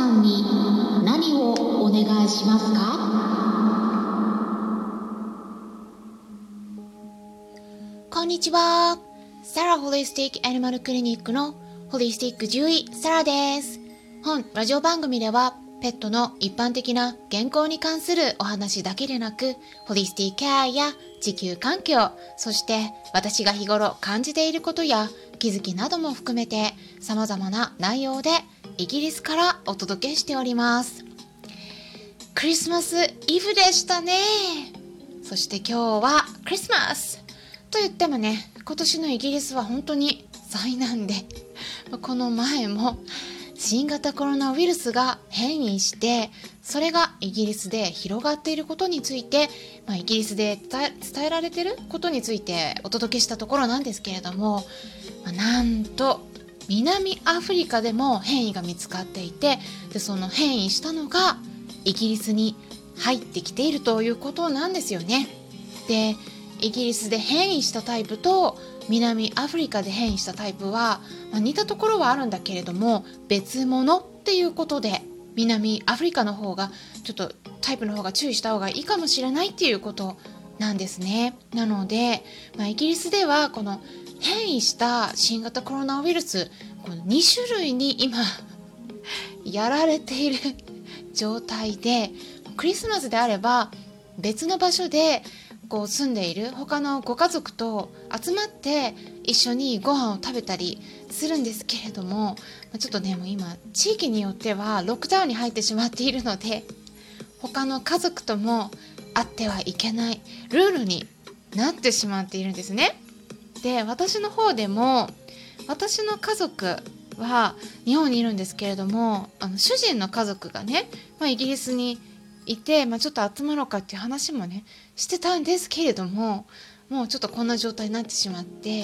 さんに何をお願いしますか？ こんにちは。サラホリスティックアニマルクリニックのホリスティック獣医サラです。本ラジオ番組ではペットの一般的な健康に関するお話だけでなく、ホリスティックケアや地球環境、そして私が日頃感じていることや気づきなども含めて様々な内容でイギリスからお届けしております。クリスマスイブでしたね。そして今日はクリスマスと言ってもね、今年のイギリスは本当に災難で、この前も新型コロナウイルスが変異して、それがイギリスで広がっていることについて、イギリスで伝えられていることについてお届けしたところなんですけれども、なんと南アフリカでも変異が見つかっていて、でその変異したのがイギリスに入ってきているということなんですよね。でイギリスで変異したタイプと南アフリカで変異したタイプは、似たところはあるんだけれども別物っていうことで、南アフリカの方がちょっとタイプの方が注意した方がいいかもしれないっていうことなんですね。なので、イギリスではこの変異した新型コロナウイルス、この2種類に今やられている状態で、クリスマスであれば別の場所で住んでいる他のご家族と集まって一緒にご飯を食べたりするんですけれども、ちょっとねもう今地域によってはロックダウンに入ってしまっているので、他の家族とも会ってはいけないルールになってしまっているんですね。で私の方でも、私の家族は日本にいるんですけれども、主人の家族がね、イギリスにいて、ちょっと集まろうかっていう話もねしてたんですけれども、もうちょっとこんな状態になってしまって、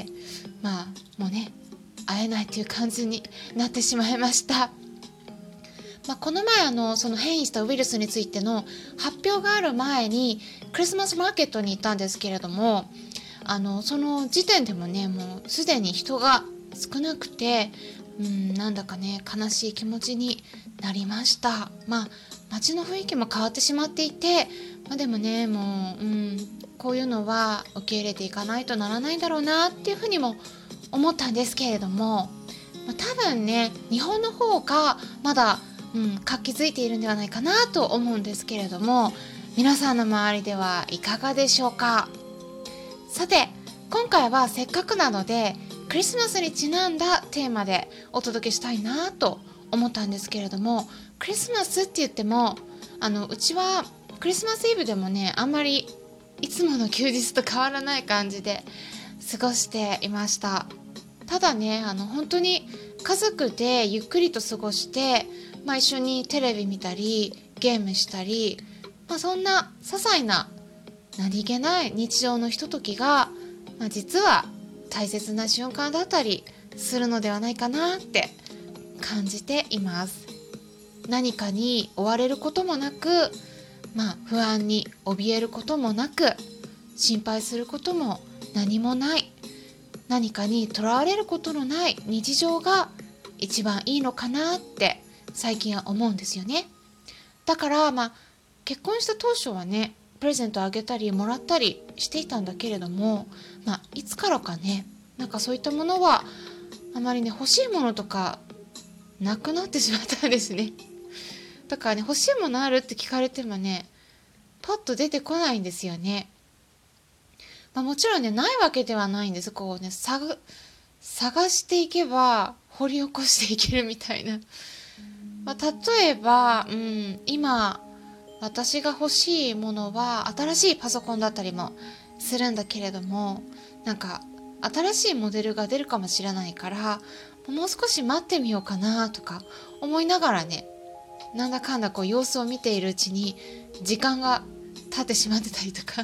もうね会えないっていう感じになってしまいました。この前その変異したウイルスについての発表がある前にクリスマスマーケットに行ったんですけれども、その時点でもねもうすでに人が少なくて、なんだかね悲しい気持ちになりました。街の雰囲気も変わってしまっていて、でもねもう、こういうのは受け入れていかないとならないんだろうなっていうふうにも思ったんですけれども、多分ね日本の方がまだ、活気づいているんではないかなと思うんですけれども、皆さんの周りではいかがでしょうか。さて今回はせっかくなのでクリスマスにちなんだテーマでお届けしたいなと思ったんですけれども、クリスマスって言ってもうちはクリスマスイブでもねあんまりいつもの休日と変わらない感じで過ごしていました。ただね本当に家族でゆっくりと過ごして、一緒にテレビ見たりゲームしたり、そんな些細な何気ない日常のひとときが、実は大切な瞬間だったりするのではないかなって感じています。何かに追われることもなく、不安に怯えることもなく、心配することも何もない、何かにとらわれることのない日常が一番いいのかなって最近は思うんですよね。だから結婚した当初はねプレゼントあげたりもらったりしていたんだけれども、いつからかねそういったものはあまりね欲しいものとかなくなってしまったんですね。だからね欲しいものあるって聞かれてもねパッと出てこないんですよね。もちろんねないわけではないんです。探していけば掘り起こしていけるみたいな。例えば、今私が欲しいものは新しいパソコンだったりもするんだけれども、新しいモデルが出るかもしれないからもう少し待ってみようかなとか思いながらね、なんだかんだ様子を見ているうちに時間が経ってしまってたりとか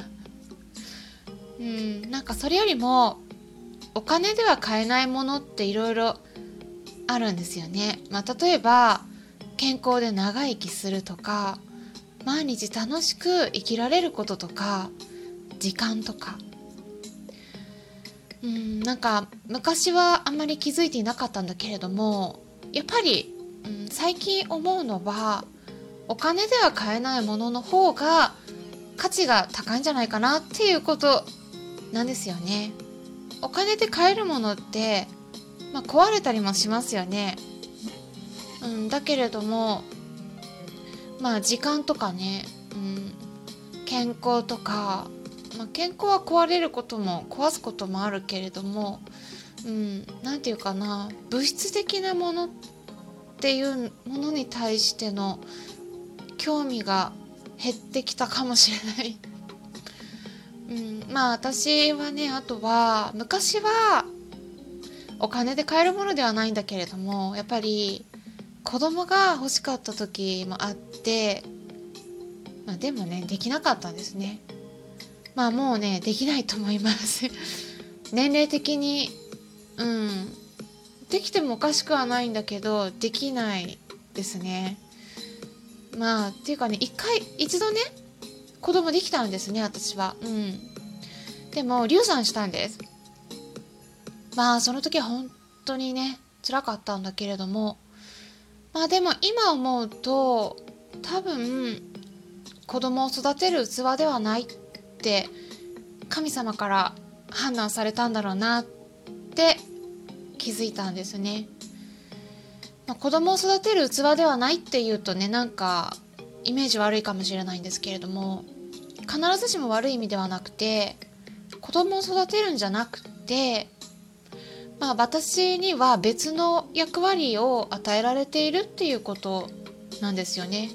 それよりもお金では買えないものっていろいろあるんですよね。例えば健康で長生きするとか、毎日楽しく生きられることとか、時間とか、昔はあんまり気づいていなかったんだけれども、やっぱり、 最近思うのは、お金では買えないものの方が価値が高いんじゃないかなっていうことなんですよね。お金で買えるものって、壊れたりもしますよね。だけれども、時間とかね、健康とか、健康は壊れることも壊すこともあるけれども、なんていうかな、物質的なものっていうものに対しての興味が減ってきたかもしれない。私はね、あとは昔はお金で買えるものではないんだけれども、やっぱり子供が欲しかった時もあって、でもね、できなかったんですね。もうね、できないと思います。年齢的に、できてもおかしくはないんだけど、できないですね。っていうかね、一度ね、子供できたんですね、私は。でも流産したんです。その時は本当にね、辛かったんだけれども、でも今思うと、多分子供を育てる器ではないって神様から判断されたんだろうなって気づいたんですね。子供を育てる器ではないっていうとね、なんかイメージ悪いかもしれないんですけれども、必ずしも悪い意味ではなくて、子供を育てるんじゃなくて、私には別の役割を与えられているっていうことなんですよね。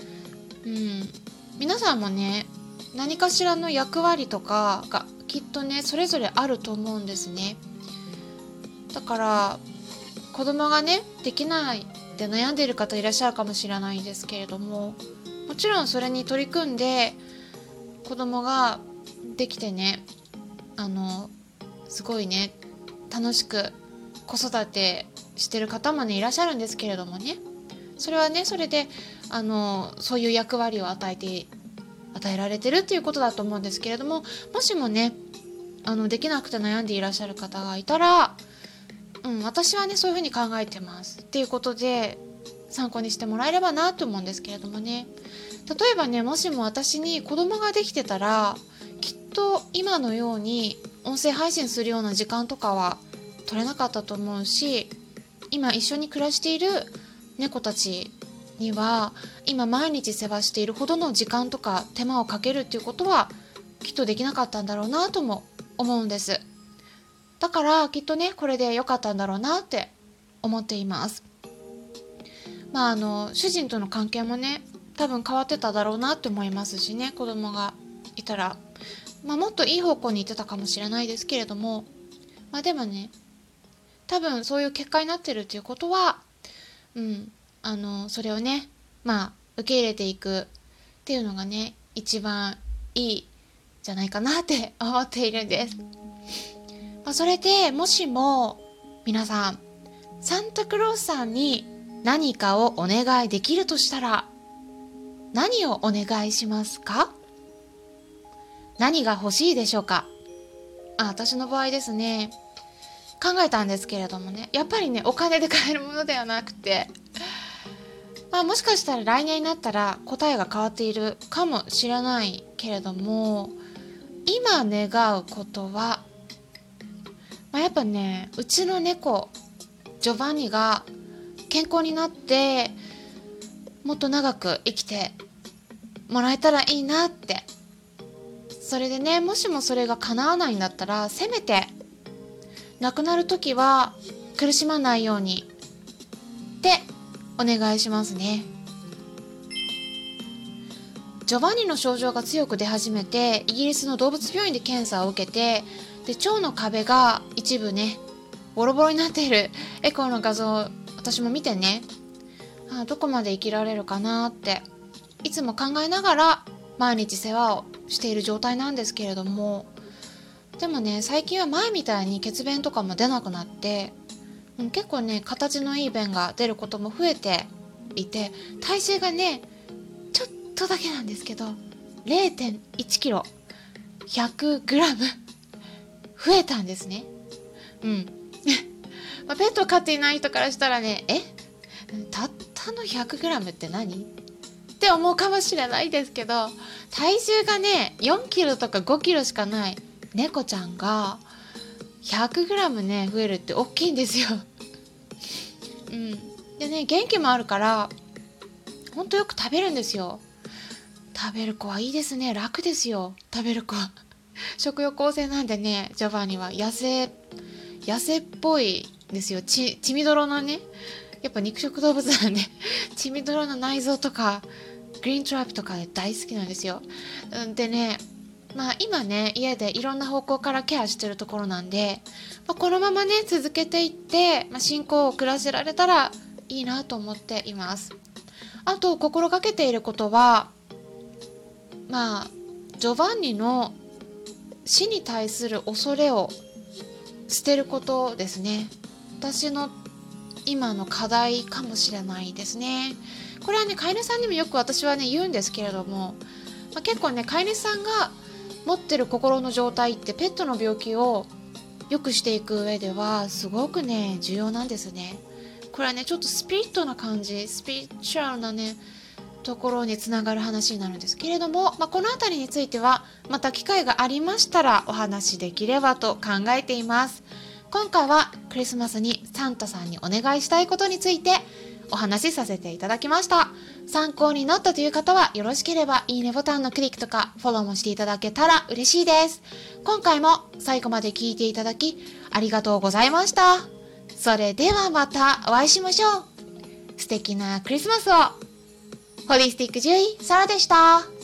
皆さんもね、何かしらの役割とかがきっとね、それぞれあると思うんですね。だから子供がね、できないって悩んでいる方いらっしゃるかもしれないんですけれども、もちろんそれに取り組んで子供ができてね、すごいね、楽しく子育てしてる方もね、いらっしゃるんですけれどもね、それはね、それでそういう役割を与えられてるっていうことだと思うんですけれども、もしもね、できなくて悩んでいらっしゃる方がいたら、私はね、そういうふうに考えてますっていうことで参考にしてもらえればなと思うんですけれどもね。例えばね、もしも私に子供ができてたら、きっと今のように音声配信するような時間とかは取れなかったと思うし、今一緒に暮らしている猫たちには今毎日世話しているほどの時間とか手間をかけるっていうことはきっとできなかったんだろうなとも思うんです。だからきっとね、これで良かったんだろうなって思っています。主人との関係もね、多分変わってただろうなって思いますしね、子供がいたら、もっといい方向に行ってたかもしれないですけれども、でもね、多分そういう結果になってるっていうことは、それをね、受け入れていくっていうのがね、一番いいじゃないかなって思っているんです。それでもしも皆さん、サンタクロースさんに何かをお願いできるとしたら何をお願いしますか？何が欲しいでしょうか？私の場合ですね、考えたんですけれどもね、やっぱりね、お金で買えるものではなくて、もしかしたら来年になったら答えが変わっているかもしれないけれども、今願うことは、やっぱね、うちの猫ジョバンニが健康になってもっと長く生きてもらえたらいいなって。それでね、もしもそれが叶わないんだったら、せめて亡くなる時は苦しまないようにってお願いしますね。ジョバンニの症状が強く出始めて、イギリスの動物病院で検査を受けて、で腸の壁が一部ね、ボロボロになっているエコーの画像、私も見てね、どこまで生きられるかなっていつも考えながら毎日世話をしている状態なんですけれども、でもね、最近は前みたいに血便とかも出なくなって、結構ね、形のいい便が出ることも増えていて、体重がね、ちょっとだけなんですけど 0.1 キロ 100グラム増えたんですね。ペットを飼っていない人からしたらね、 たったの 100g って何って思うかもしれないですけど、体重がね4キロとか5キロしかない猫ちゃんが 100g ね増えるって大きいんですよでね、元気もあるからほんとよく食べるんですよ。食べる子はいいですね。楽ですよ、食べる子は食欲旺盛なんでね、ジョバンニは野生っぽいですよ。血みどろのね、やっぱ肉食動物なんで血みどろの内臓とかグリーントラップとか大好きなんですよ。でね、今ね家でいろんな方向からケアしてるところなんで、このままね続けていって、進行を遅らせられたらいいなと思っています。あと心がけていることは、ジョバンニの死に対する恐れを捨てることですね。私の今の課題かもしれないですね。これはね飼い主さんにもよく私はね言うんですけれども、結構ね飼い主さんが持ってる心の状態ってペットの病気を良くしていく上ではすごくね重要なんですね。これはねちょっとスピリットな感じ、スピリチュアルなねところにつながる話になるんですけれども、この辺りについてはまた機会がありましたらお話しできればと考えています。今回はクリスマスにサンタさんにお願いしたいことについてお話しさせていただきました。参考になったという方はよろしければいいねボタンのクリックとかフォローもしていただけたら嬉しいです。今回も最後まで聞いていただきありがとうございました。それではまたお会いしましょう。素敵なクリスマスを。ホリスティック獣医サラでした。